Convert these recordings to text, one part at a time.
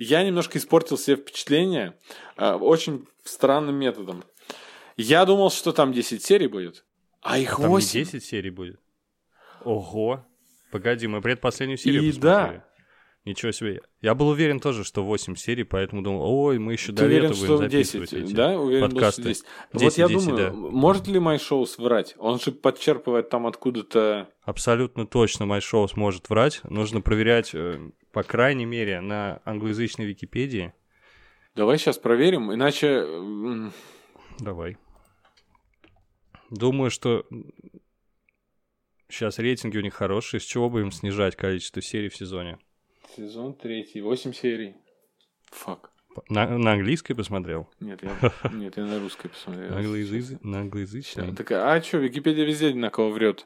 я немножко испортил себе впечатление очень странным методом. Я думал, что там 10 серий будет, а их 8. Там не 10 серий будет? Ого. Погоди, мы предпоследнюю серию И посмотрели. да. Ничего себе. Я был уверен тоже, что 8 серий, поэтому думал, ой, мы еще Ты до уверен, лета будем что записывать 10, эти да? Уверен подкасты. Был, что 10. 10, Вот я 10, думаю, да. может ли MyShows врать? Он же подчерпывает там откуда-то... Абсолютно точно MyShows может врать. Нужно проверять, по крайней мере, на англоязычной Википедии. Давай сейчас проверим, иначе... Давай. Думаю, что сейчас рейтинги у них хорошие. С чего будем снижать количество серий в сезоне? Сезон 3, 8 серий. Фак. На английской посмотрел? Нет, я на русской посмотрел. На англоязычной? Так, а что, Википедия везде одинаково врет.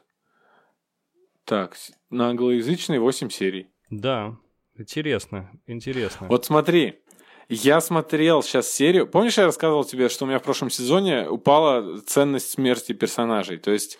Так, на англоязычной 8 серий. Да, интересно. Вот смотри, я смотрел сейчас серию. Помнишь, я рассказывал тебе, что у меня в прошлом сезоне упала ценность смерти персонажей? То есть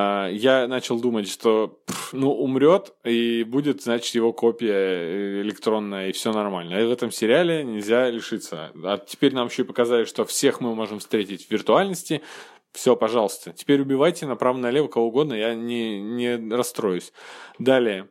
я начал думать, что умрет, и будет, значит, его копия электронная, и все нормально. И в этом сериале нельзя лишиться. А теперь нам еще и показали, что всех мы можем встретить в виртуальности. Все, пожалуйста. Теперь убивайте направо-налево кого угодно, я не расстроюсь. Далее.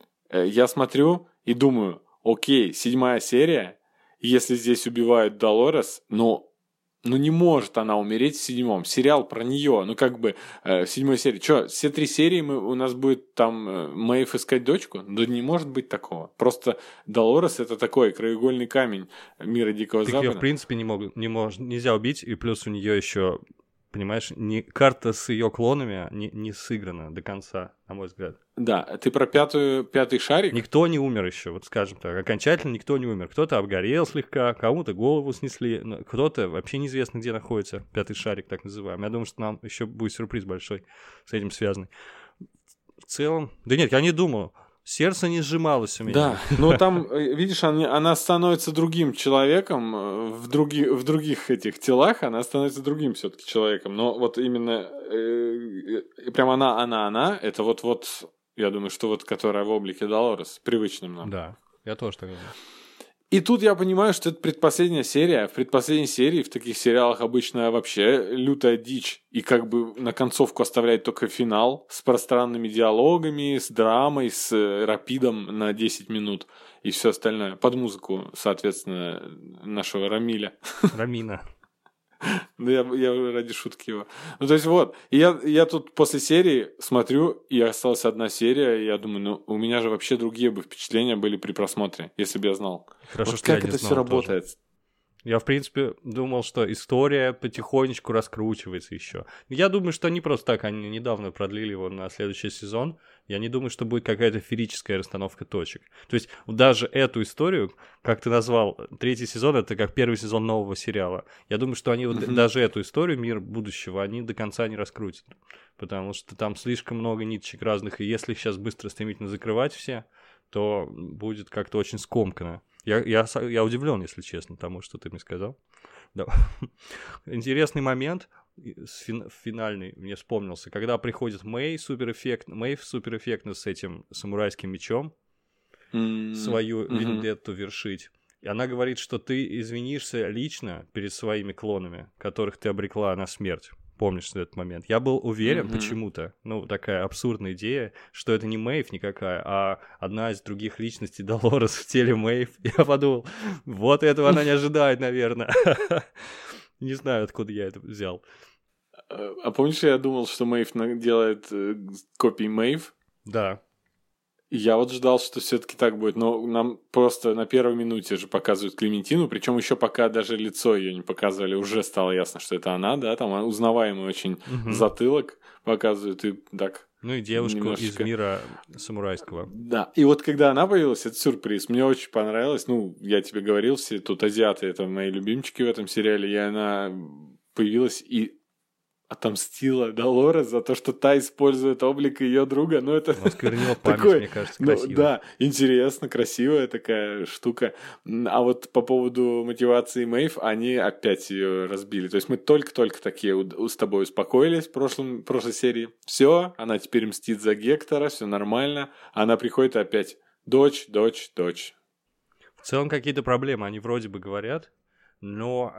Я смотрю и думаю, окей, 7 серия. Если здесь убивают Долорес, но не может она умереть в 7. Сериал про нее, в 7 серии. Что, все 3 серии у нас будет там Мэйв искать дочку? Да не может быть такого. Просто Долорес это такой краеугольный камень мира Дикого Запада. Ее, в принципе, нельзя убить, и плюс у нее еще, понимаешь, карта с ее клонами не сыграна до конца, на мой взгляд. Да, ты про пятый шарик? Никто не умер еще, вот скажем так. Окончательно никто не умер. Кто-то обгорел слегка, кому-то голову снесли, кто-то вообще неизвестно, где находится. Пятый шарик, так называемый. Я думаю, что нам еще будет сюрприз большой с этим связанный. В целом... Да нет, я не думал. Сердце не сжималось у меня. Да, но там, видишь, она становится другим человеком, в других этих телах она становится другим все-таки человеком. Но вот именно прям она, это вот, я думаю, что вот которая в облике Долорес, привычным нам. Да, я тоже так думаю. И тут я понимаю, что это предпоследняя серия. В предпоследней серии в таких сериалах обычно вообще лютая дичь. И как бы на концовку оставляет только финал с пространными диалогами, с драмой, с рапидом на 10 минут и все остальное. Под музыку, соответственно, нашего Рамиля. Рамина. Да я ради шутки его. Ну, то есть вот. И я тут после серии смотрю, и осталась 1 серия, и я думаю, у меня же вообще другие бы впечатления были при просмотре, если бы я знал. Хорошо, вот что как я не это знал все работает. Тоже. Я, в принципе, думал, что история потихонечку раскручивается еще. Я думаю, что не просто так, они недавно продлили его на следующий сезон. Я не думаю, что будет какая-то феерическая расстановка точек. То есть даже эту историю, как ты назвал, 3-й сезон, это как 1-й сезон нового сериала. Я думаю, что они даже эту историю, мир будущего, они до конца не раскрутят. Потому что там слишком много ниточек разных, и если их сейчас быстро стремительно закрывать все, то будет как-то очень скомканно. Я удивлен, если честно, тому, что ты мне сказал. Да. Интересный момент финальный мне вспомнился, когда приходит Мэйв суперэффектно с этим самурайским мечом свою вендетту вершить. И она говорит, что ты извинишься лично перед своими клонами, которых ты обрекла на смерть. Помнишь этот момент? Я был уверен почему-то, такая абсурдная идея, что это не Мэйв никакая, а одна из других личностей Долорес в теле Мэйв. Я подумал, вот этого она не ожидает, наверное. Не знаю, откуда я это взял. А помнишь, я думал, что Мэйв делает копии Мэйв? Да. Я вот ждал, что все-таки так будет, но нам просто на 1-й минуте же показывают Клементину, причем еще пока даже лицо ее не показывали, уже стало ясно, что это она, да, там узнаваемый очень затылок показывают, и так... Ну и девушку из мира самурайского. Да, и вот когда она появилась, это сюрприз, мне очень понравилось, я тебе говорил, все тут азиаты, это мои любимчики в этом сериале, и она появилась и отомстила Долорес за то, что та использует облик ее друга. Это осквернила память, мне кажется, красиво. Да, интересно, красивая такая штука. А вот по поводу мотивации Мэйв, они опять ее разбили. То есть мы только-только такие с тобой успокоились в прошлой серии. Все, она теперь мстит за Гектора, все нормально. Она приходит и опять дочь. В целом какие-то проблемы, они вроде бы говорят, но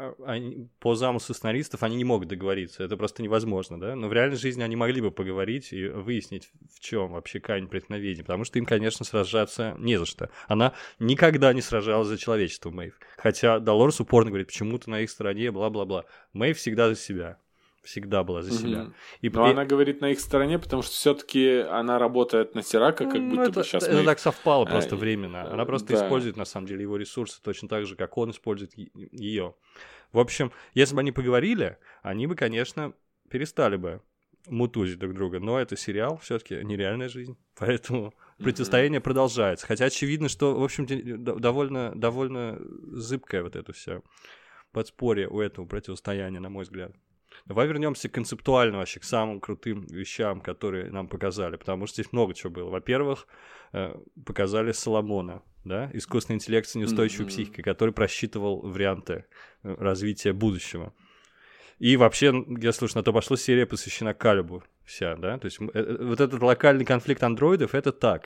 по замыслу сценаристов они не могут договориться, это просто невозможно, да? Но в реальной жизни они могли бы поговорить и выяснить, в чем вообще камень преткновения, потому что им, конечно, сражаться не за что. Она никогда не сражалась за человечество, Мэйв. Хотя Долорес упорно говорит, почему-то на их стороне, бла-бла-бла. Мэйв всегда за себя. Всегда была за себя. Но она говорит на их стороне, потому что все-таки она работает на Сирака, как будто бы сейчас. Это так совпало просто временно. Она просто использует, на самом деле, его ресурсы точно так же, как он использует ее. В общем, если бы они поговорили, они бы, конечно, перестали бы мутузить друг друга. Но это сериал, все-таки нереальная жизнь. Поэтому противостояние продолжается. Хотя очевидно, что, в общем-то, довольно зыбкое вот это все подспорье у этого противостояния, на мой взгляд. Давай вернемся концептуально вообще к самым крутым вещам, которые нам показали, потому что здесь много чего было. Во-первых, показали Соломона, да, искусственный интеллект с неустойчивой психикой, который просчитывал варианты развития будущего. И вообще, если уж на то пошло, серия посвящена Калибу вся, да, то есть вот этот локальный конфликт андроидов, это так.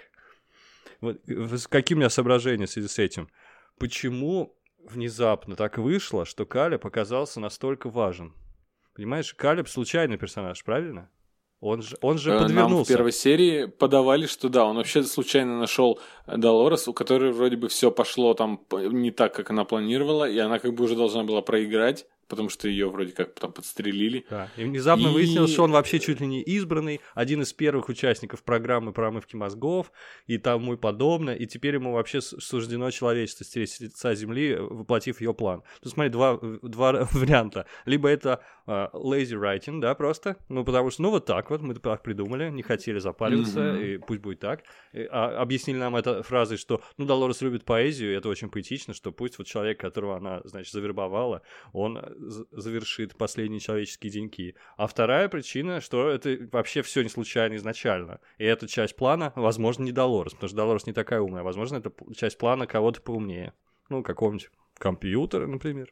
Вот, какие у меня соображения в связи с этим? Почему внезапно так вышло, что Калиб оказался настолько важен? Понимаешь, Калиб случайный персонаж, правильно? Он же подвернулся. Нам в первой серии подавали, что да, он вообще случайно нашел Долорес, у которой вроде бы все пошло там не так, как она планировала, и она как бы уже должна была проиграть, потому что ее вроде как там подстрелили. Да. И внезапно выяснилось, что он вообще чуть ли не избранный, один из первых участников программы промывки мозгов и тому и подобное, и теперь ему вообще суждено человечество стереть с лица земли, воплотив ее план. Тут смотри, два варианта. Либо это lazy writing, да, просто, ну потому что, ну вот так вот, мы так придумали, не хотели запариваться, и пусть будет так. Объяснили нам это фразой, что, ну, Долорес любит поэзию, и это очень поэтично, что пусть вот человек, которого она, значит, завербовала, он завершит последние человеческие деньки. А вторая причина, что это вообще все не случайно изначально. И эта часть плана, возможно, не Долорес, потому что Долорес не такая умная. Возможно, это часть плана кого-то поумнее. Ну, какого-нибудь компьютера, например.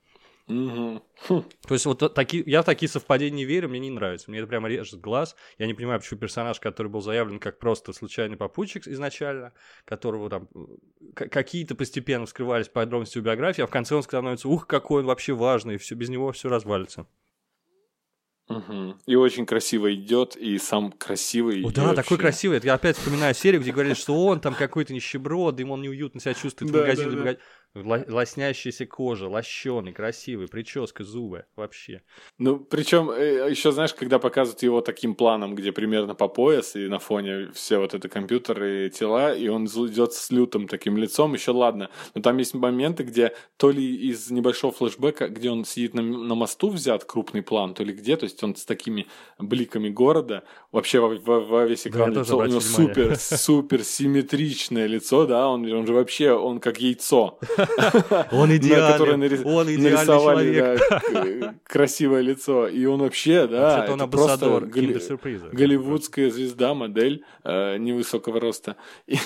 То есть вот я в такие совпадения не верю, мне не нравится. Мне это прямо режет глаз. Я не понимаю, почему персонаж, который был заявлен как просто случайный попутчик изначально, которого там какие-то постепенно вскрывались подробности его биографии, а в конце он становится, какой он вообще важный, и все, без него все развалится. И очень красиво идет, и сам красивый. О, да, такой красивый. Я опять вспоминаю серию, где говорили, что он там какой-то нищеброд, ему он неуютно себя чувствует в магазине. Лоснящаяся кожа, лощеный, красивый, прическа, зубы, вообще. Ну, причем, еще знаешь, когда показывают его таким планом, где примерно по пояс, и на фоне все вот это компьютеры и тела, и он идет с лютым таким лицом, еще ладно. Но там есть моменты, где то ли из небольшого флешбека, где он сидит на мосту взят крупный план, то ли где, то есть он с такими бликами города, вообще во весь экран лицо, у него супер симметричное лицо, да, он же вообще, он как яйцо. Он идеальный, он идеальный человек. Да, красивое лицо. И он вообще, да, это он амбассадор киндер-сюрприза. Голливудская звезда, модель невысокого роста.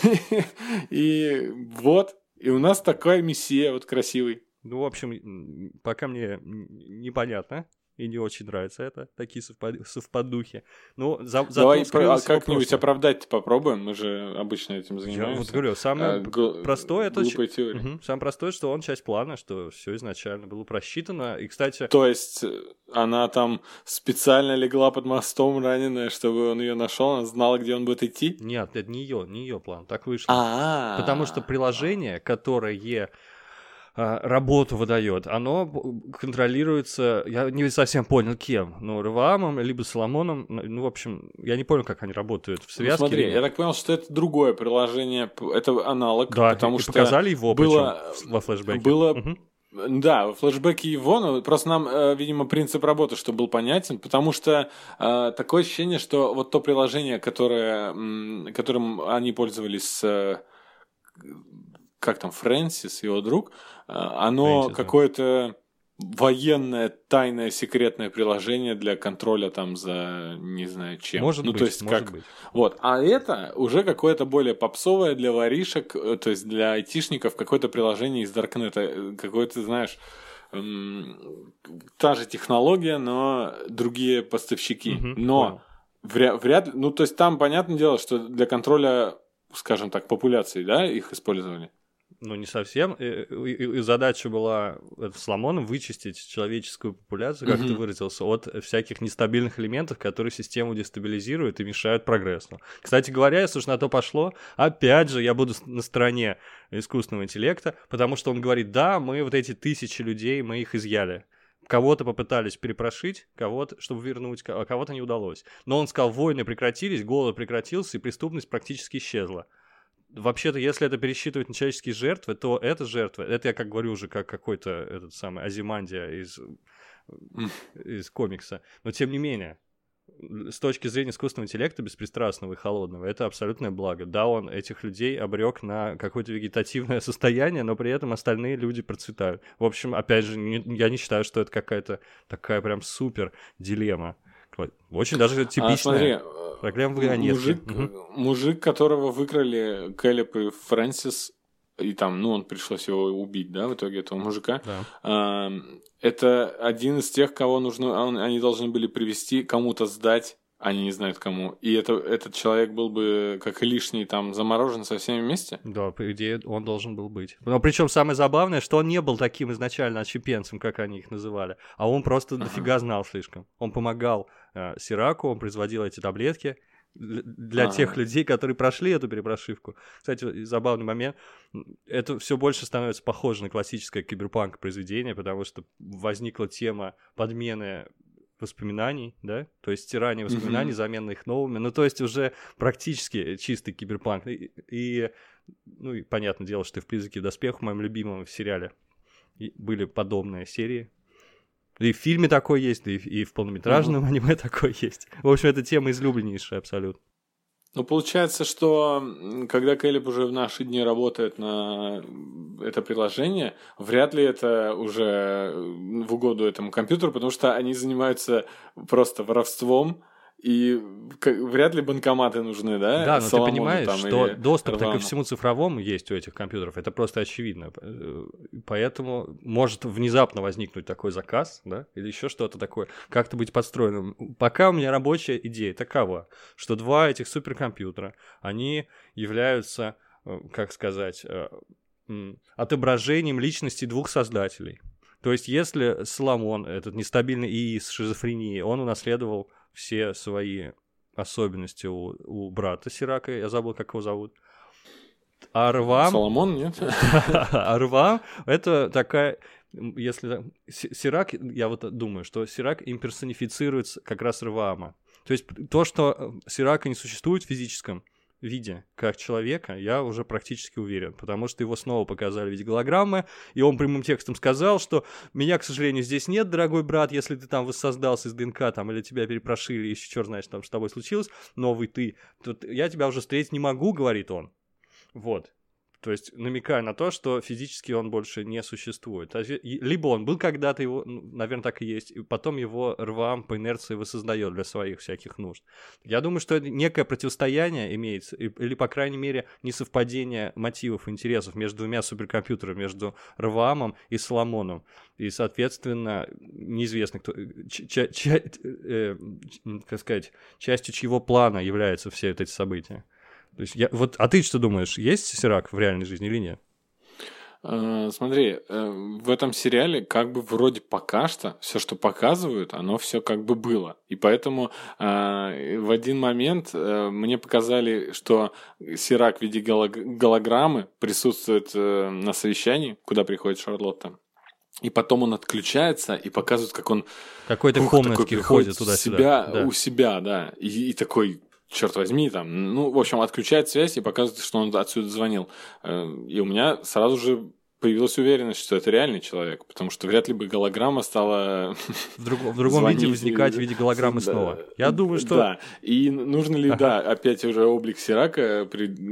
И вот, и у нас такой мессия вот красивый. Ну, в общем, пока мне непонятно. И не очень нравится это, такие совпадухи. Ну, давай как-нибудь оправдать-то попробуем, мы же обычно этим занимаемся. Я вот говорю, самое простое это... Глупая теория. Самое простое, что он часть плана, что все изначально было просчитано, и, кстати... То есть она там специально легла под мостом раненая, чтобы он ее нашел, она знала, где он будет идти? Нет, это не ее план, так вышло. Потому что приложение, которое... работу выдает, оно контролируется, я не совсем понял, кем, ну, Рваамом, либо Соломоном, ну, в общем, я не понял, как они работают в связке. Ну, смотри, я так понял, что это другое приложение, это аналог, да, потому и что показали его было, во флешбеке. Да, во флешбеке его, но просто нам, видимо, принцип работы, чтобы был понятен, потому что такое ощущение, что вот то приложение, которым они пользовались как там, Фрэнсис, его друг, оно Фрэнсис, какое-то военное, тайное, секретное приложение для контроля там за не знаю чем. Может быть, то есть может быть. Вот. А это уже какое-то более попсовое для воришек, то есть для айтишников, какое-то приложение из Даркнета, какое-то, знаешь, та же технология, но другие поставщики. Но вряд ли, ну, то есть там понятное дело, что для контроля, скажем так, популяции, да, их использовали. Ну, не совсем. И задача была с Ламоном вычистить человеческую популяцию, как ты выразился, от всяких нестабильных элементов, которые систему дестабилизируют и мешают прогрессу. Кстати говоря, если уж на то пошло, опять же, я буду на стороне искусственного интеллекта, потому что он говорит, да, мы вот эти 1000 людей, мы их изъяли. Кого-то попытались перепрошить, кого-то, чтобы вернуть, а кого-то не удалось. Но он сказал, войны прекратились, голод прекратился, и преступность практически исчезла. Вообще-то, если это пересчитывать на человеческие жертвы, то это жертвы. Это я как говорю уже, как какой-то этот самый Азимандия из комикса. Но тем не менее, с точки зрения искусственного интеллекта, беспристрастного и холодного, это абсолютное благо. Да, он этих людей обрек на какое-то вегетативное состояние, но при этом остальные люди процветают. В общем, опять же, я не считаю, что это какая-то такая прям супер дилемма. Очень даже типичная. Смотри, проблема вагонетки. Мужик, которого выкрали Кэлеб и Фрэнсис, и там, он пришлось его убить, да, в итоге этого мужика. Да. Это один из тех, кого нужно, они должны были привести, кому-то сдать, они не знают кому. И этот человек был бы как лишний там заморожен со всеми вместе? Да, по идее, он должен был быть. Но причем самое забавное, что он не был таким изначально отщепенцем, как они их называли, а он просто дофига знал слишком. Он помогал Сираку, он производил эти таблетки для тех людей, которые прошли эту перепрошивку. Кстати, забавный момент. Это все больше становится похоже на классическое киберпанк произведение, потому что возникла тема подмены воспоминаний, да, то есть стирание воспоминаний, замена их новыми, ну, то есть уже практически чистый киберпанк. И понятное дело, что и в «Призраке в доспехах», моем любимом в сериале, были подобные серии. И в фильме такой есть, и в полнометражном аниме такой есть. В общем, эта тема излюбленнейшая абсолютно. Ну, получается, что когда Кэлеб уже в наши дни работает на это приложение, вряд ли это уже в угоду этому компьютеру, потому что они занимаются просто воровством, и вряд ли банкоматы нужны, да? Да, но Соломону, ты понимаешь, там, что доступ ко Рвану. всему цифровому есть у этих компьютеров, это просто очевидно. Поэтому может внезапно возникнуть такой заказ, да, или еще что-то такое, как-то быть подстроенным. Пока у меня рабочая идея такова, что 2 этих суперкомпьютера, они являются, как сказать, отображением личности 2 создателей. То есть если Соломон, этот нестабильный ИИ с шизофренией, он унаследовал все свои особенности у брата Сирака, я забыл, как его зовут. А Рвам... Соломон, нет? А Рвам — это такая... Если Сирак, я вот думаю, что Сирак имперсонифицирует как раз Рвама. То есть то, что Сирака не существует в физическом виде, как человека, я уже практически уверен, потому что его снова показали в виде голограммы, и он прямым текстом сказал, что меня, к сожалению, здесь нет, дорогой брат, если ты там воссоздался из ДНК, там, или тебя перепрошили, еще черт знает, что там с тобой случилось, новый ты, то я тебя уже встретить не могу, говорит он. Вот. То есть намекая на то, что физически он больше не существует. Либо он был когда-то, его, наверное, так и есть, и потом его Рвам по инерции воссоздает для своих всяких нужд. Я думаю, что это некое противостояние имеется, или, по крайней мере, несовпадение мотивов и интересов между 2 суперкомпьютерами, между Рвамом и Соломоном. И, соответственно, неизвестно, кто, как сказать, частью чьего плана являются все эти события. То есть а ты что думаешь, есть Сирак в реальной жизни или нет? Смотри, в этом сериале как бы вроде пока что все, что показывают, оно все как бы было. И поэтому в один момент мне показали, что Сирак в виде голограммы присутствует на совещании, куда приходит Шарлотта. И потом он отключается и показывает, как он какой-то комнатке ходит туда-сюда. У себя, да. И такой... черт возьми, там, в общем, отключает связь и показывает, что он отсюда звонил. И у меня сразу же появилась уверенность, что это реальный человек, потому что вряд ли бы голограмма стала в другом виде возникать в виде голограммы снова. Я думаю, что... Да, и нужно ли, опять уже облик Сирака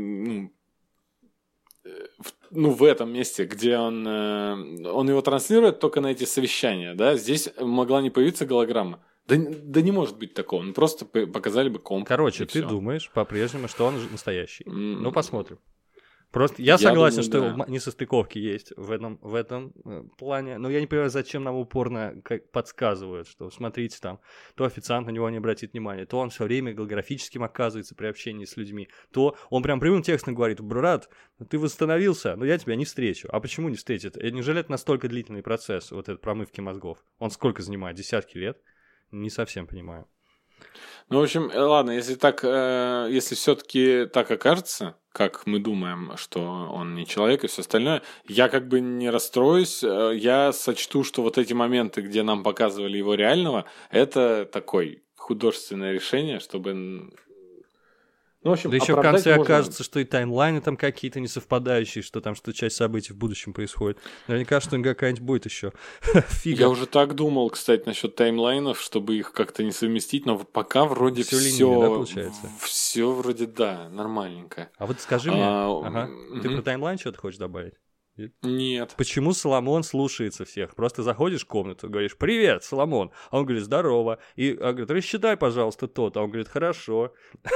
в этом месте, где он его транслирует только на эти совещания, да, здесь могла не появиться голограмма. Да не может быть такого. Ну, просто показали бы комп. Короче, ты думаешь по-прежнему, что он настоящий. Ну, посмотрим. Просто я согласен, думаю, что несостыковки есть в этом плане, но я не понимаю, зачем нам упорно подсказывают, что смотрите там, то официант на него не обратит внимания, то он все время голографическим оказывается при общении с людьми, то он прям прямым текстом говорит: брат, ты восстановился, но я тебя не встречу. А почему не встретит? Неужели это настолько длительный процесс, вот этот промывки мозгов? Он сколько занимает? Десятки лет? Не совсем понимаю. Ну, в общем, ладно, если так, если все-таки так окажется, как мы думаем, что он не человек и все остальное, я как бы не расстроюсь, я сочту, что вот эти моменты, где нам показывали его реального, это такое художественное решение, чтобы... Ну, в общем, да еще в конце можно... окажется, что и таймлайны там какие-то несовпадающие, что там что часть событий в будущем происходит. Наверняка что-нибудь какая-нибудь будет еще. Фига. Я уже так думал, кстати, насчет таймлайнов, чтобы их как-то не совместить, но пока вроде все... да, получается? Все вроде, да, нормальненько. А вот скажи мне, ты про таймлайн что-то хочешь добавить? Нет. Почему Соломон слушается всех? Просто заходишь в комнату, говоришь: привет, Соломон. А он говорит: здорово. И говорит: рассчитай, пожалуйста, тот. А он говорит: хорошо.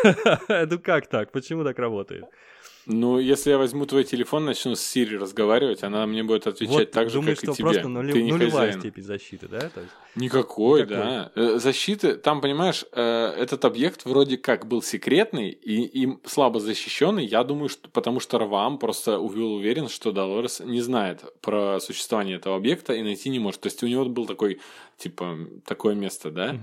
Ну как так? Почему так работает? Ну, если я возьму твой телефон, начну с Siri разговаривать, она мне будет отвечать вот, так же, думаешь, как и тебе. Просто нулевая степень защиты, да? Никакой, да. Защиты, там, понимаешь, этот объект вроде как был секретный и слабо защищенный. Я думаю, что потому что Раваам просто уверен, что Долорес не знает про существование этого объекта и найти не может. То есть у него был такой, типа, такое место, да?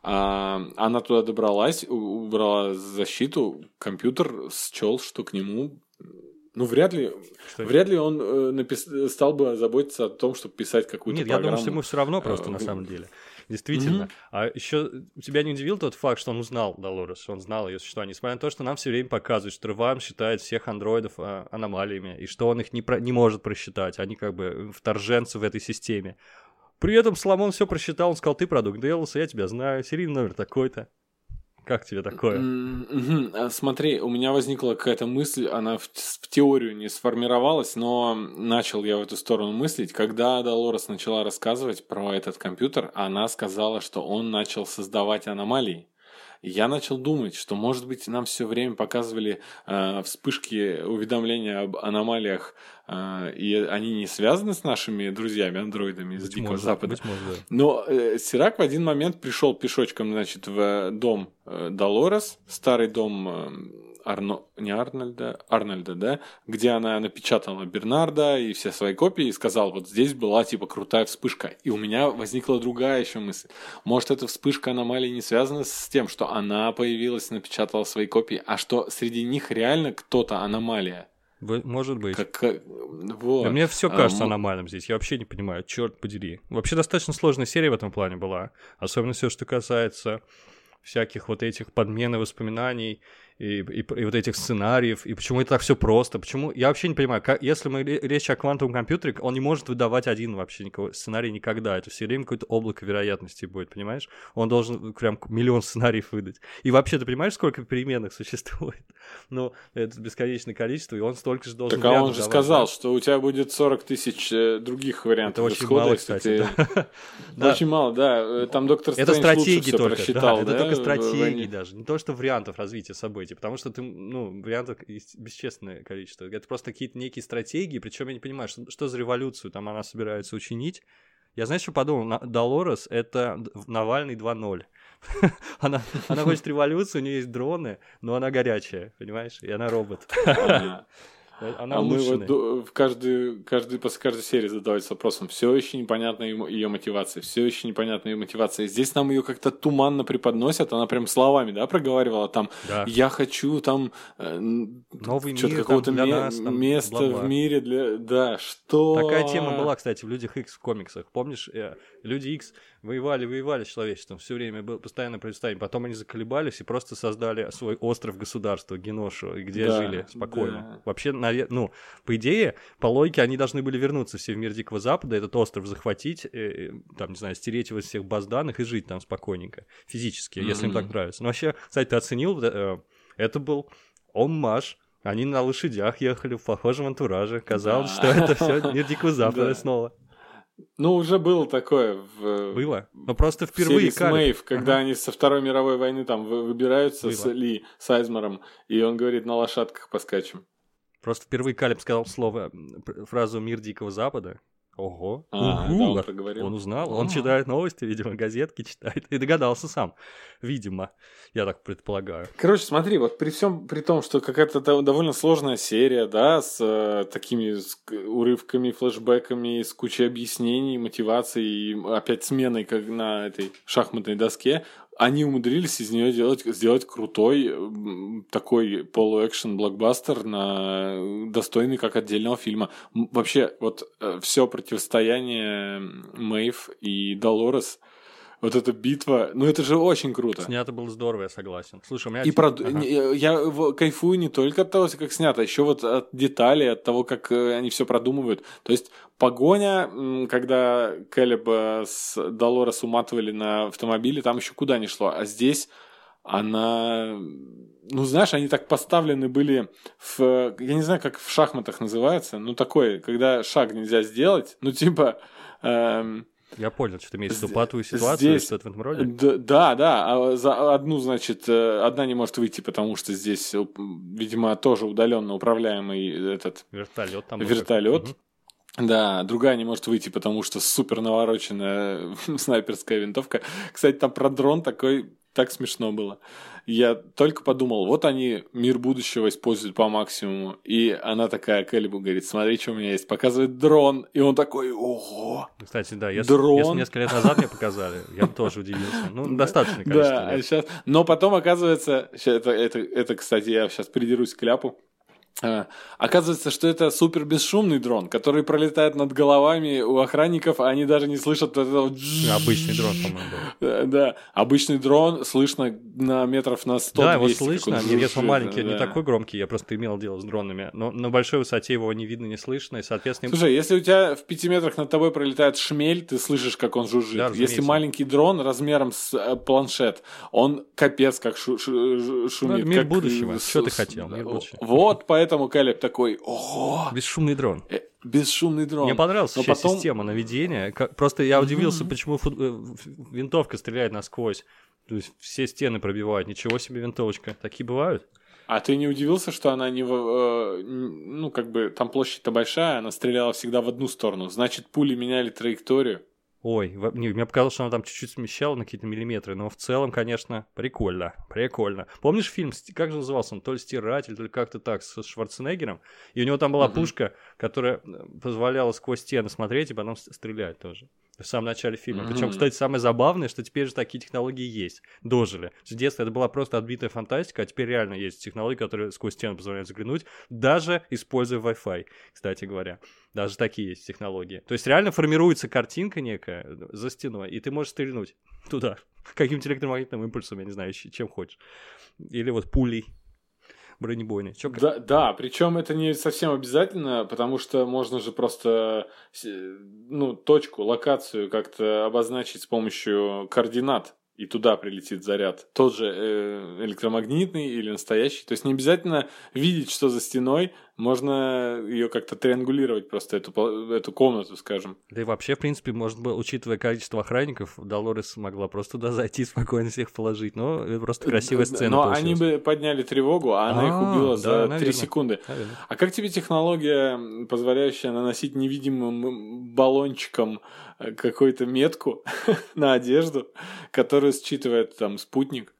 Она туда добралась, убрала защиту, компьютер счел, что к нему... Ну, вряд ли он стал бы заботиться о том, чтобы писать какую-то программу. Нет, я думаю, что ему все равно просто на самом деле. Действительно. А еще тебя не удивил тот факт, что он узнал Долорес, он знал ее существование, несмотря на то, что нам все время показывают, что Раваам считает всех андроидов аномалиями, и что он их не может просчитать, они как бы вторженцы в этой системе. При этом Соломон все просчитал, он сказал: ты продукт Дейлоса, я тебя знаю, серийный номер такой-то. Как тебе такое? Смотри, у меня возникла какая-то мысль, она в теорию не сформировалась, но начал я в эту сторону мыслить. Когда Долорес начала рассказывать про этот компьютер, она сказала, что он начал создавать аномалии. Я начал думать, что, может быть, нам все время показывали вспышки уведомления об аномалиях, и они не связаны с нашими друзьями-андроидами из Дикого Запада. Но Сирак в один момент пришел пешочком, значит, в дом Долорес, старый дом Арнольда, да, где она напечатала Бернарда и все свои копии, и сказал: вот здесь была типа крутая вспышка. И у меня возникла другая еще мысль. Может, эта вспышка аномалии не связана с тем, что она появилась, напечатала свои копии, а что среди них реально кто-то аномалия? Может быть. Вот. Да мне все кажется аномальным здесь. Я вообще не понимаю, черт подери. Вообще достаточно сложная серия в этом плане была. Особенно все, что касается всяких вот этих подмены воспоминаний и вот этих сценариев, и почему это так все просто, почему, я вообще не понимаю, если мы речь о квантовом компьютере, он не может выдавать один вообще сценарий никогда, это все время какое-то облако вероятности будет, понимаешь, он должен прям миллион сценариев выдать, и вообще ты понимаешь, сколько переменных существует, ну, это бесконечное количество, и он столько же должен так, а он же сказал, что у тебя будет 40 тысяч других вариантов это очень мало, кстати, да. Очень мало, да, там доктор Стрэндж лучше стратегии все просчитал, это только стратегии даже, не то, что вариантов развития событий, потому что ты, вариантов бесчисленное количество. Это просто какие-то некие стратегии, причем я не понимаю, что за революцию там она собирается учинить. Я, знаешь, что подумал? Долорес — это Навальный 2.0. Она хочет революцию, у нее есть дроны, но она горячая, понимаешь? И она робот. Она улучшенная. Мы вот после каждой серии задавались вопросом: все еще непонятна ее мотивация, все еще непонятна ее мотивация. Здесь нам ее как-то туманно преподносят, она прям словами, да, проговорила там: я хочу там новый мир, какого-то места в мире для... Да, что... Такая тема была, кстати, в Людях Икс в комиксах. Помнишь, Люди Икс воевали с человечеством, все время было постоянное противостояние. Потом они заколебались и просто создали свой остров государства, Геношу, где жили спокойно. Вообще, по идее, по логике, они должны были вернуться все в мир Дикого Запада, этот остров захватить, там, не знаю, стереть его из всех баз данных и жить там спокойненько, физически, если им так нравится. Но вообще, кстати, ты оценил, это был оммаж. Они на лошадях ехали в похожем антураже. Казалось, что это все мир Дикого Запада снова. Ну, уже было такое Было? Но просто впервые с Мэйв, когда они со Второй мировой войны там выбираются с Ли, с Айзмером, и он говорит: на лошадках поскачем. Просто впервые Калеб сказал фразу «Мир Дикого Запада». Ого. Да, он проговорил. Он узнал. Он читает новости, видимо, газетки читает. И догадался сам. Видимо. Я так предполагаю. Короче, смотри, вот при том, что какая-то довольно сложная серия, да, с такими урывками, флешбэками, с кучей объяснений, мотиваций и опять сменой, как на этой шахматной доске, они умудрились из нее сделать крутой такой полуэкшен блокбастер, достойный как отдельного фильма. Вообще, вот все противостояние Мэйв и Долорес, вот эта битва, ну это же очень круто. Снято было здорово, я согласен. Слушай, у меня... Я кайфую не только от того, как снято, а еще вот от деталей, от того, как они все продумывают. То есть погоня, когда Кэлеба с Долорес уматывали на автомобиле, там еще куда ни шло. А здесь она... Ну, знаешь, они так поставлены были в... Я не знаю, как в шахматах называется. Ну, такой, когда шаг нельзя сделать. Ну, типа... Я понял, что ты имеешь в виду патовую ситуацию, здесь, что-то в этом роде? Да. А за одну, значит, одна не может выйти, потому что здесь, видимо, тоже удаленно управляемый этот... Вертолет там. Вертолет. Да, другая не может выйти, потому что супер навороченная снайперская винтовка. Кстати, там про дрон такой... Так смешно было. Я только подумал, вот они мир будущего используют по максимуму. И она такая Кэлебу говорит, смотри, что у меня есть. Показывает дрон. И он такой, ого. Кстати, да, если несколько лет назад мне показали, я бы тоже удивился. Ну, достаточно количество лет. лет. Сейчас... Но потом оказывается, это, кстати, я сейчас придерусь к ляпу. Оказывается, что это супер бесшумный дрон, который пролетает над головами у охранников, а они даже не слышат этого. Обычный дрон, по-моему, был. Да, обычный дрон слышно на метров на 100-200. Да, его слышно, если он маленький, не такой громкий, я просто имел дело с дронами, но на большой высоте его не видно, не слышно, и, соответственно... Слушай, если у тебя в 5 метрах над тобой пролетает шмель, ты слышишь, как он жужжит. Да, если маленький дрон размером с планшет, он капец как шумит. Ну, мир будущего, что ты хотел, мир будущего. Вот, поэтому Кэлеб такой, ого! Бесшумный дрон. Бесшумный дрон. Мне понравилась вообще система наведения. Просто я удивился, почему винтовка стреляет насквозь. То есть все стены пробивают. Ничего себе винтовочка. Такие бывают? А ты не удивился, что она не... Ну, как бы, там площадь-то большая, она стреляла всегда в одну сторону. Значит, пули меняли траекторию. Ой, мне показалось, что она там чуть-чуть смещала на какие-то миллиметры, но в целом, конечно, прикольно. Помнишь фильм, как же назывался он, то ли «Стиратель», то ли как-то так, с Шварценеггером? И у него там была пушка, которая позволяла сквозь стены смотреть и потом стрелять тоже. В самом начале фильма. Причем, кстати, самое забавное, что теперь же такие технологии есть. Дожили. В детстве это была просто отбитая фантастика, а теперь реально есть технологии, которые сквозь стену позволяют заглянуть, даже используя Wi-Fi, кстати говоря. Даже такие есть технологии. То есть реально формируется картинка некая за стеной, и ты можешь стрельнуть туда. Каким-то электромагнитным импульсом, я не знаю, чем хочешь. Или вот пулей бронебойной. Да, причем это не совсем обязательно, потому что можно же просто точку, локацию как-то обозначить с помощью координат. И туда прилетит заряд. Тот же электромагнитный или настоящий. То есть не обязательно видеть, что за стеной. Можно ее как-то триангулировать, просто эту комнату, скажем. Да и вообще, в принципе, может быть, учитывая количество охранников, Долорес могла просто туда зайти, спокойно всех положить. Но это просто красивая сцена Но получилась. они бы подняли тревогу, а она их убила за 3 секунды. Наверное. А как тебе технология, позволяющая наносить невидимым баллончиком какую-то метку на одежду, которую считывает там спутник?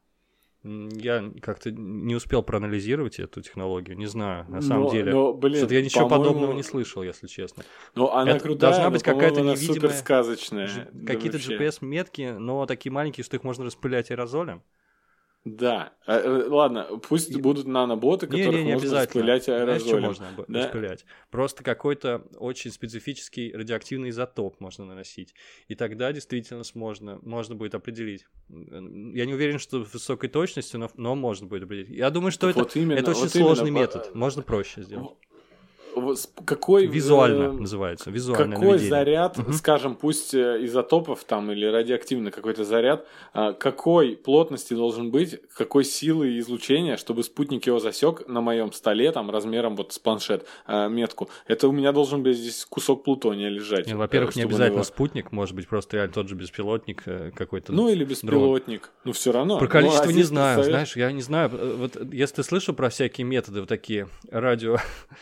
Я как-то не успел проанализировать эту технологию, не знаю, на самом деле. Что-то я ничего подобного не слышал, если честно. Ну, она это крутая, должна быть какая-то невидимая... суперсказочная. Какие-то GPS-метки, но такие маленькие, что их можно распылять аэрозолем. Да. Ладно, пусть будут наноботы, которых можно распылять аэрозолем. Знаешь, что можно распылять? Просто какой-то очень специфический радиоактивный изотоп можно наносить. И тогда действительно можно будет определить. Я не уверен, что с высокой точностью, но можно будет определить. Я думаю, что это очень сложный метод. Можно проще сделать. какой... Визуально называется, визуальное какой наведение. заряд, скажем, пусть изотопов там или радиоактивный какой-то заряд, какой плотности должен быть, какой силы излучения, чтобы спутник его засек на моем столе, там, размером вот с планшет, метку. Это у меня должен быть здесь кусок плутония лежать. Во-первых, не обязательно спутник, может быть, просто реально тот же беспилотник какой-то. Ну, или беспилотник. Дрон. Ну, все равно. Про количество не знаю, знаешь, я не знаю. Вот если ты слышал про всякие методы, вот такие радио...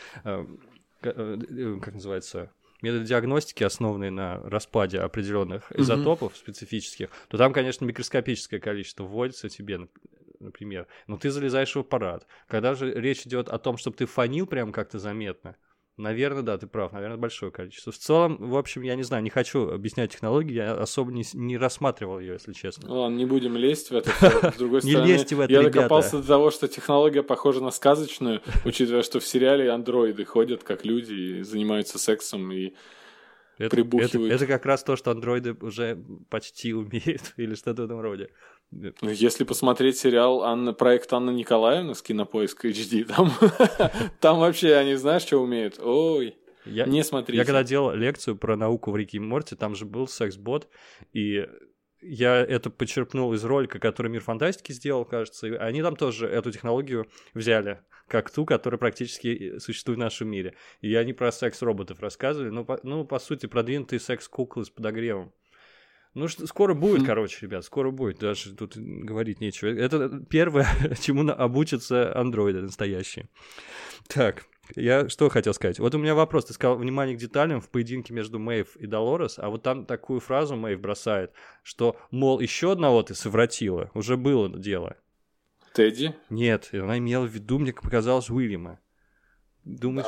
как называется... методы диагностики, основанные на распаде определенных изотопов специфических, то там, конечно, микроскопическое количество вводится тебе, например. Но ты залезаешь в аппарат. Когда же речь идет о том, чтобы ты фонил прям как-то заметно, наверное, да, ты прав, наверное, большое количество. В целом, в общем, я не знаю, не хочу объяснять технологию, я особо не рассматривал ее, если честно. Ладно, не будем лезть в это все. С другой стороны, не лезьте в это, я ребята. докопался до того, что технология похожа на сказочную, учитывая, что в сериале андроиды ходят как люди и занимаются сексом и прибухивают. Это как раз то, что андроиды уже почти умеют, или что-то в этом роде. Ну, если посмотреть сериал проект Анна Николаевна с Кинопоиск HD, там вообще они, знаешь, что умеют? Ой, не смотрите. Я когда делал лекцию про науку в Рике и Морти, там же был секс-бот, и я это почерпнул из ролика, который Мир Фантастики сделал, кажется, и они там тоже эту технологию взяли, как ту, которая практически существует в нашем мире. И они про секс-роботов рассказывали, по сути, продвинутые секс-куклы с подогревом. Ну, скоро будет, короче, ребят, скоро будет, даже тут говорить нечего. Это первое, чему обучатся андроиды настоящие. Так, я что хотел сказать? Вот у меня вопрос, ты сказал внимание к деталям в поединке между Мэйв и Долорес, а вот там такую фразу Мэйв бросает, что, мол, еще одного ты совратила, уже было дело. Тедди? Нет, она имела в виду, мне показалось, Уильяма. Думаешь?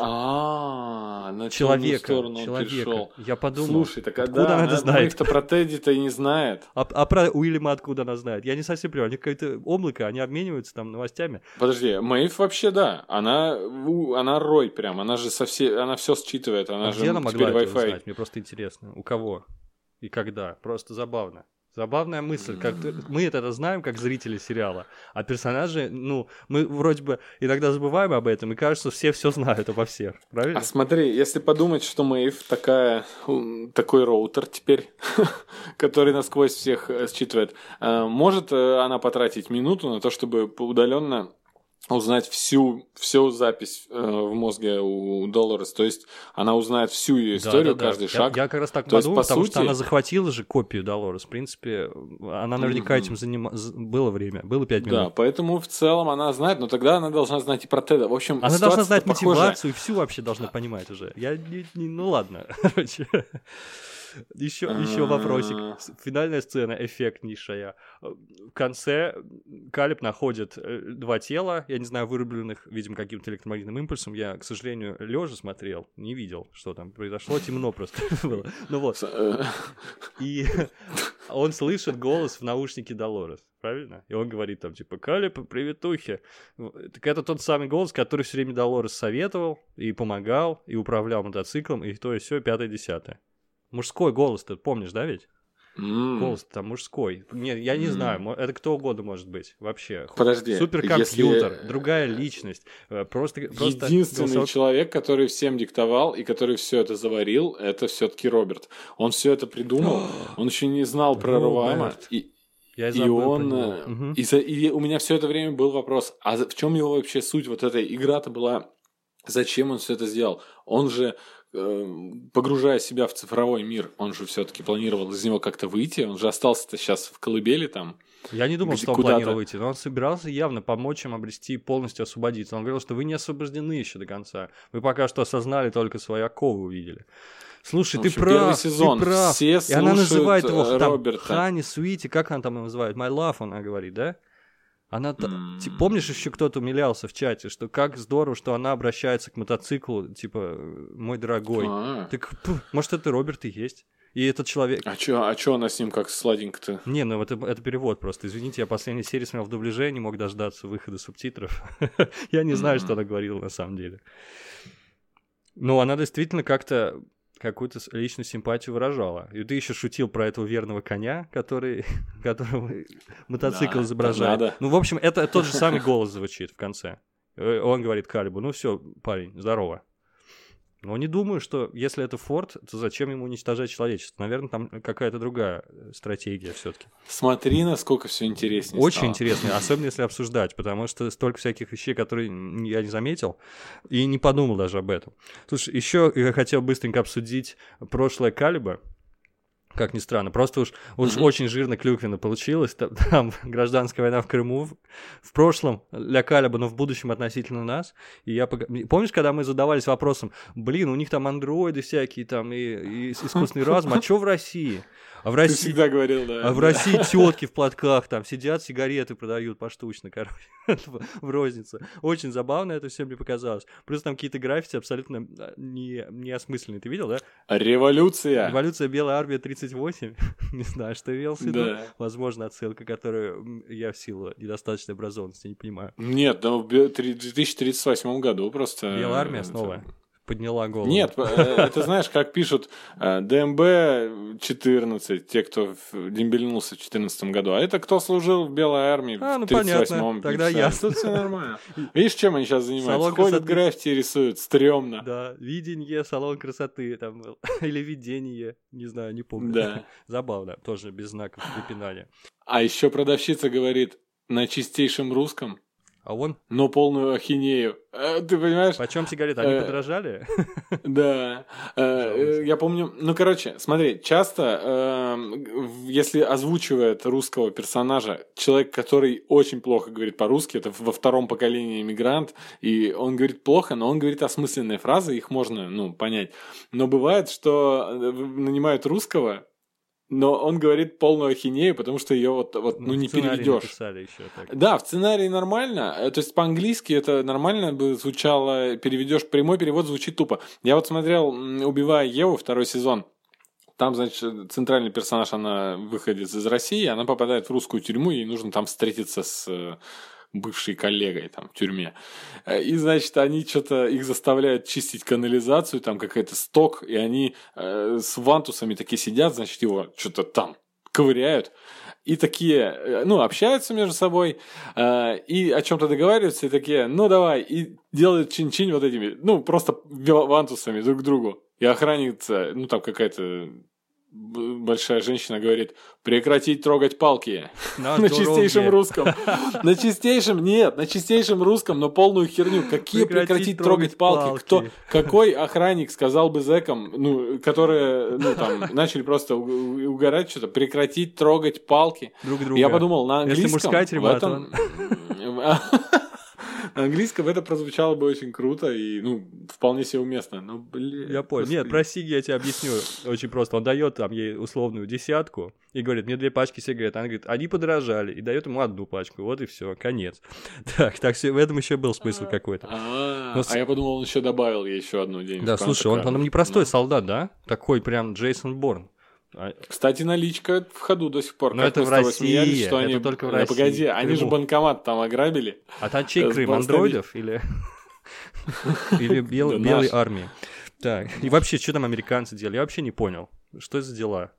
На человека. Пришел. Я подумал. Слушай, так откуда она знает? Мэйв-то про Тедди-то и не знает. А про Уильяма откуда она знает? Я не совсем понимаю. Они какое-то облако, они обмениваются там новостями. Подожди, Мэйв вообще, да. Она Рой прям. Она же она все считывает. Она же где она могла теперь это узнать? Мне просто интересно. У кого? И когда? Просто забавно. Забавная мысль. Мы это знаем, как зрители сериала, а персонажи, мы вроде бы иногда забываем об этом, и кажется, все знают обо всех, правильно? А смотри, если подумать, что Мэйв такой роутер теперь, который насквозь всех считывает, может она потратить минуту на то, чтобы удаленно узнать всю запись в мозге у Долорес, то есть она узнает всю ее историю, каждый шаг. Я как раз так подумал, потому что она захватила же копию Долорес, в принципе, она наверняка этим занималась, было время, было 5 минут. Да, поэтому в целом она знает, но тогда она должна знать и про Теда. В общем, она должна знать мотивацию и всю вообще должна понимать уже. Ну ладно, короче. Еще вопросик. Финальная сцена эффектнейшая. В конце Калеб находит 2 тела, я не знаю, вырубленных, видимо, каким-то электромагнитным импульсом. Я, к сожалению, лежа смотрел, не видел, что там произошло, темно просто было. Ну вот. И он слышит голос в наушнике Долорес, правильно? И он говорит там, типа, Калеб, приветухи. Так это тот самый голос, который все время Долорес советовал и помогал, и управлял мотоциклом, и то и сё, 5-10. Мужской голос, ты помнишь, да, ведь? Голос там мужской. Нет, я не знаю, это кто угодно может быть вообще. Подожди. Суперкомпьютер, другая личность. Просто единственный человек, который всем диктовал и который все это заварил, это все-таки Роберт. Он все это придумал, он еще не знал про Руама. И у меня все это время был вопрос, а в чем его вообще суть? Вот эта игра-то была, зачем он все это сделал? Он же, погружая себя в цифровой мир, он же все-таки планировал из него как-то выйти, он же остался-то сейчас в колыбели там. Я не думал, что он планировал выйти, но он собирался явно помочь им обрести, полностью освободиться. Он говорил, что вы не освобождены еще до конца, вы пока что осознали, только свои оковы увидели. Слушай, ты прав, сезон. Ты прав. Все и она называет его Роберта. Хани, Суити, как она там его называет? My love, она говорит, да? Она, помнишь, еще кто-то умилялся в чате, что как здорово, что она обращается к мотоциклу, типа, мой дорогой. Так, может, это Роберт и есть. И этот человек... А чё она с ним как сладенько-то? Не, ну это перевод просто. Извините, я последней серии смотрел в дубляже, не мог дождаться выхода субтитров. Я не знаю, что она говорила на самом деле. Но она действительно как-то какую-то личную симпатию выражала. И ты еще шутил про этого верного коня, которого мотоцикл изображает. Да. Ну, в общем, это тот же самый голос звучит в конце. Он говорит Калебу, ну все, парень, здорово. Но не думаю, что если это Форд, то зачем ему уничтожать человечество? Наверное, там какая-то другая стратегия все-таки. Смотри, насколько все интереснее Очень стало. интересно, особенно если обсуждать, потому что столько всяких вещей, которые я не заметил и не подумал даже об этом. Слушай, еще я хотел быстренько обсудить прошлое Калиба. Как ни странно, просто уж очень жирно клюквенно получилось. Там гражданская война в Крыму в прошлом для Калиба, но в будущем относительно нас. И помнишь, когда мы задавались вопросом, блин, у них там андроиды всякие там и искусственный разум, а что в России? А в России... Ты всегда говорил, да. А в России тетки в платках там сидят, сигареты продают поштучно, короче, в рознице. Очень забавно это все мне показалось. Плюс там какие-то граффити абсолютно неосмысленные. Ты видел, да? Революция. Революция Белая Армия 38. Не знаю, что имел в виду. Да. Возможно, отсылка, которую я в силу недостаточной образованности не понимаю. Нет, но в 2038 году просто... Белая Армия снова подняла голову. Нет, это знаешь, как пишут ДМБ-14, те, кто дембельнулся в 2014 году. А это кто служил в Белой армии в 1938-м. Тогда ясно. Тут все нормально. Видишь, чем они сейчас занимаются? Салон Ходят, красоты. граффити рисуют, стрёмно. Да, видение, салон красоты там был. Или видение, не знаю, не помню. Да. Забавно, тоже без знаков препинания. А еще продавщица говорит на чистейшем русском, А он? но полную ахинею. Ты понимаешь? Почем сигареты? Они подорожали? Да. Я помню... Ну, короче, смотри, часто, если озвучивает русского персонажа человек, который очень плохо говорит по-русски, это во втором поколении иммигрант, и он говорит плохо, но он говорит осмысленные фразы, их можно, понять. Но бывает, что нанимают русского, но он говорит полную ахинею, потому что ее не переведешь. Да, в сценарии нормально. То есть по-английски это нормально бы звучало, переведешь, прямой перевод звучит тупо. Я вот смотрел «Убивая Еву», второй сезон. Там, значит, центральный персонаж, она выходит из России, она попадает в русскую тюрьму, ей нужно там встретиться с бывшей коллегой там в тюрьме. И, значит, они что-то, их заставляют чистить канализацию, там какой-то сток, и они с вантусами такие сидят, значит, его что-то там ковыряют. И такие, общаются между собой, и о чем-то договариваются, и такие, давай, и делают чин-чин вот этими, просто вантусами друг к другу. И охранница, там какая-то большая женщина говорит: прекратить трогать палки. На чистейшем русском. На чистейшем русском, но полную херню. Какие прекратить трогать палки? Какой охранник сказал бы зэкам, которые, начали просто угорать что-то, прекратить трогать палки? Друг друга. Я подумал, на английском... Если мужская тюрьма, то... На английском это прозвучало бы очень круто и, вполне себе уместно. Но, я понял. Нет, про Сиги я тебе объясню очень просто. Он дает там ей условную 10 и говорит: мне 2 пачки сигарет. Она говорит: они подорожали. И дает ему 1 пачку. Вот и все, конец. Так в этом еще был смысл какой-то. А я подумал, он еще добавил ей еще 1 денежку. Да, слушай, он непростой солдат, да? Такой прям Джейсон Борн. Кстати, наличка в ходу до сих пор. Но это в России, что они... это только в России. Погоди, они же банкомат там ограбили. А там чей Крым, андроидов или белой армии? Так, и вообще, что там американцы делали? Я вообще не понял. Что за дела?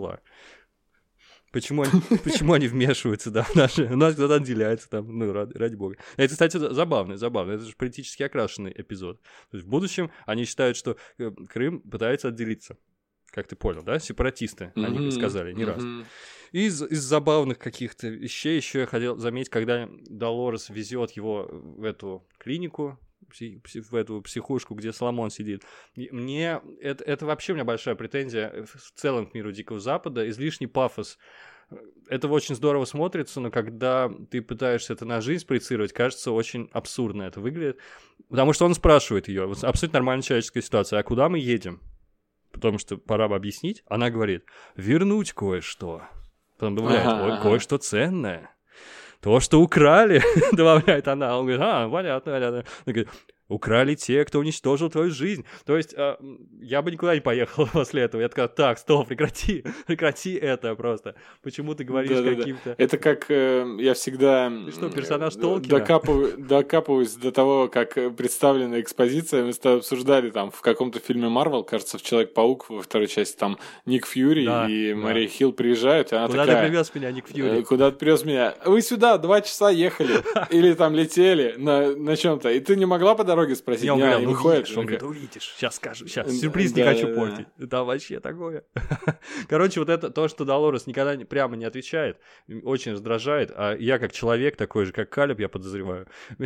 Почему они вмешиваются, да, у нас кто-то отделяется там, ради бога. Это, кстати, забавно, это же политически окрашенный эпизод. То есть в будущем они считают, что Крым пытается отделиться. Как ты понял, да? Сепаратисты, они сказали не раз. Из забавных каких-то вещей еще я хотел заметить, когда Долорес везет его в эту клинику, в эту психушку, где Соломон сидит. Мне это вообще у меня большая претензия в целом к миру Дикого Запада, излишний пафос. Это очень здорово смотрится, но когда ты пытаешься это на жизнь проецировать, кажется, очень абсурдно это выглядит. Потому что он спрашивает ее, абсолютно нормальная человеческая ситуация: а куда мы едем? Потому что пора бы объяснить. Она говорит: вернуть кое-что. Потом добавляет: кое-что ценное. То, что украли, добавляет она. Он говорит: понятно. Она говорит: украли те, кто уничтожил твою жизнь. То есть я бы никуда не поехал после этого. Я такой: так, стоп, прекрати это просто. Почему ты говоришь каким-то... Это как я всегда... Ты что, персонаж Толкина? Докапываюсь до того, как представлена экспозиция. Мы с тобой обсуждали там в каком-то фильме Марвел, кажется, в «Человек-паук» во второй части, там Ник Фьюри и Мария Хилл приезжают, и она такая: куда ты привез меня, Ник Фьюри? Куда ты привез меня? Вы сюда 2 часа ехали или там летели на чем-то, и ты не могла подорвать дороге спросить. Не, он говорил, и ну выходит. видишь, он говорит, увидишь, сейчас скажу, сейчас, Да, сюрприз не да, хочу да. портить. Там вообще такое. Короче, вот это то, что Долорес никогда прямо не отвечает, очень раздражает, а я как человек, такой же, как Калеб, я подозреваю,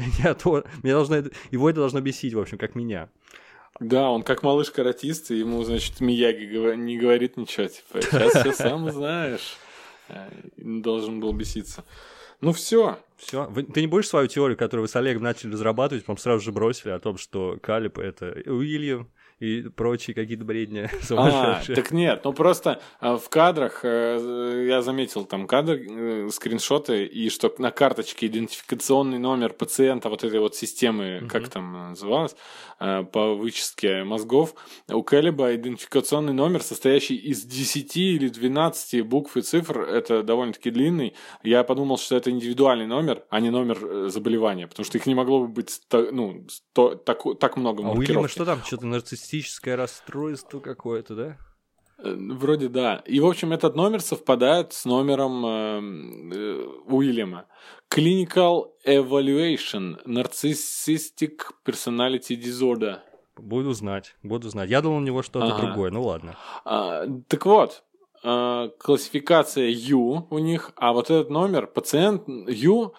его это должно бесить, в общем, как меня. Да, он как малыш-каратист, и ему, значит, Мияги не говорит ничего, типа, сейчас все сам узнаешь. Должен был беситься. Ну, все. Все. Ты не будешь свою теорию, которую вы с Олегом начали разрабатывать, потом сразу же бросили о том, что Калеб — это Уильям и прочие какие-то бредни сумасшедшие? Так нет, ну просто в кадрах я заметил там кадр, скриншоты, и что на карточке идентификационный номер пациента вот этой вот системы, как там называлось, по вычистке мозгов, у Калеба идентификационный номер, состоящий из 10 или 12 букв и цифр, это довольно-таки длинный. Я подумал, что это индивидуальный номер, а не номер заболевания, потому что их не могло бы быть так много А у Уильяма маркировки. что там? Что-то нарциссическое расстройство какое-то, да? Вроде да. И, в общем, этот номер совпадает с номером Уильяма. Clinical Evaluation Narcissistic Personality Disorder. Буду знать. Я думал, у него что-то другое, ну ладно. Так вот, классификация U у них, а вот этот номер, пациент U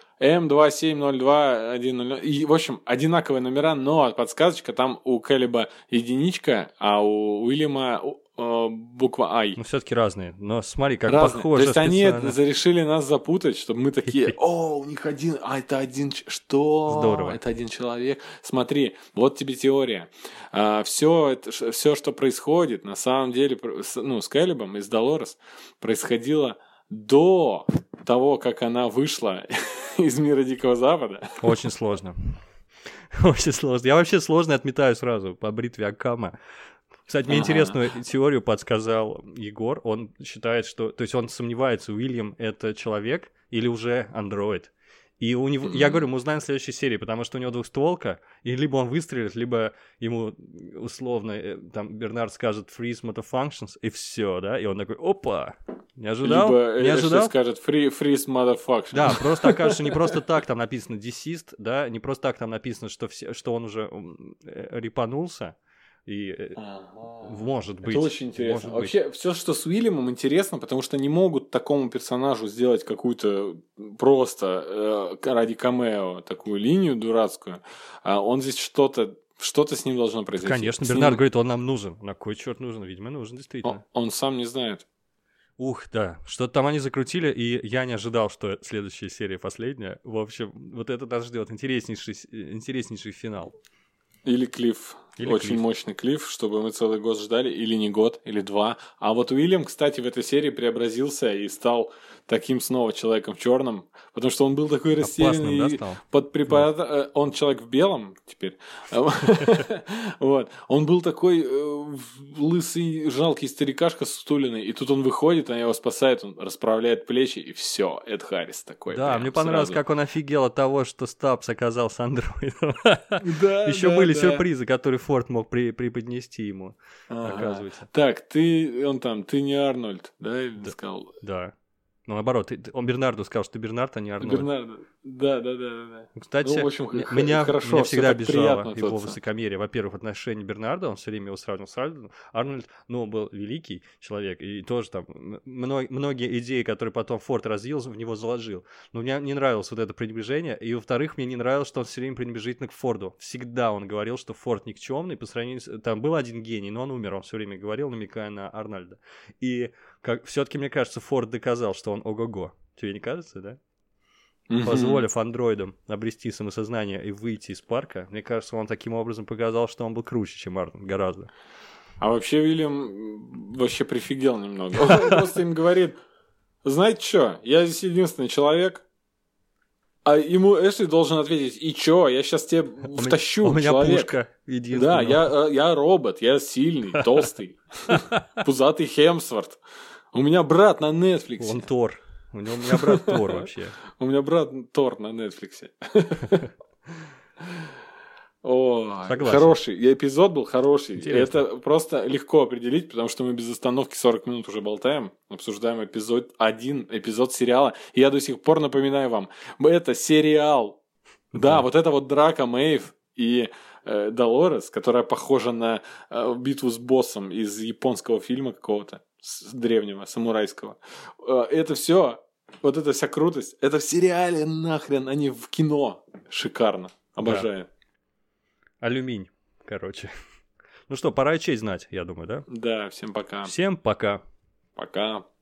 М270210. И, в общем, одинаковые номера, но подсказочка там у Калеба единичка, а у Уильяма буква I. Ну, все-таки разные. Но смотри, как Разные. похоже. То есть они специально. решили нас запутать, чтобы мы такие, у них один, это один, что? Здорово. Это один человек. Смотри, вот тебе теория. Все, что происходит, на самом деле, с Калебом и с Долорес происходило до того, как она вышла из мира Дикого Запада. Очень сложно. Очень сложно. Я вообще сложно отметаю сразу по бритве Акама. Кстати, мне интересную теорию подсказал Егор. Он считает, что... То есть он сомневается, Уильям — это человек или уже андроид. И у него... Я говорю, мы узнаем в следующей серии, потому что у него двухстволка, и либо он выстрелит, либо ему условно там Бернард скажет freeze motor functions, и все, да? И он такой, опа! Не ожидал? Либо не ожидал? скажет freeze motherfucker. Да, просто окажется, не просто так там написано deceased, да, не просто так там написано, что он уже рипанулся. И может быть. Это очень интересно. Вообще, все, что с Уильямом, интересно, потому что не могут такому персонажу сделать какую-то просто ради камео такую линию дурацкую. А он здесь что-то с ним должно произойти. Конечно, Бернард говорит, он нам нужен. На кой черт нужен? Видимо, нужен, действительно. Он сам не знает. Ух, да. Что-то там они закрутили, и я не ожидал, что следующая серия последняя. В общем, вот это нас ждет интереснейший финал. Или клифф. Очень мощный клифф, чтобы мы целый год ждали, или не год, или два. А вот Уильям, кстати, в этой серии преобразился и стал таким снова человеком в черном, потому что он был такой растерянный. Опасным, да, стал? Под препаратом. Он человек в белом теперь. Вот. Он был такой лысый, жалкий старикашка сутулиный, и тут он выходит, она его спасает, он расправляет плечи, и все. Эд Харрис такой. Да, мне понравилось, как он офигел от того, что Стабс оказался андроидом. Еще были сюрпризы, которые Форд мог преподнести ему, оказывается. Так, ты не Арнольд, да, или сказал? Да. Ну, наоборот, он Бернарду сказал, что ты Бернард, а не Арнольд. Бернарду, да. Кстати, ну, в общем, меня всегда обижало его тот. высокомерие. Во-первых, в отношении Бернарда, он все время его сравнивал с Арнольдом. Арнольд, был великий человек, и тоже там многие идеи, которые потом Форд развил, в него заложил. Но мне не нравилось вот это пренебрежение, и, во-вторых, мне не нравилось, что он все время пренебрежительно к Форду. Всегда он говорил, что Форд никчемный по сравнению с... Там был один гений, но он умер, он все время говорил, намекая на Арнольда. И все-таки, мне кажется, Форд доказал, что он ого-го. Тебе не кажется, да? Позволив андроидам обрести самосознание и выйти из парка, мне кажется, он таким образом показал, что он был круче, чем Арнольд, гораздо. А вообще Уильям вообще прифигел немного. Он просто им говорит, знаете что, я здесь единственный человек, а ему Эшли должен ответить, и чё, я сейчас тебе втащу, у меня человек. пушка единственная. Да, я робот, я сильный, толстый, пузатый Хемсворт. У меня брат на Netflix. Он Тор. У меня брат Тор вообще. У меня брат Тор на Netflix. О, хороший. Эпизод был хороший. Интересно. Это просто легко определить, потому что мы без остановки 40 минут уже болтаем, обсуждаем эпизод сериала. И я до сих пор напоминаю вам, это сериал. Да, вот эта вот драка Мэйв, и Долорес, которая похожа на битву с боссом из японского фильма какого-то, древнего, самурайского. Это все, вот эта вся крутость, это в сериале нахрен, а не в кино. Шикарно. Обожаю. Да. Алюминь, короче. Ну что, пора честь знать, я думаю, да? Да, всем пока. Всем пока. Пока.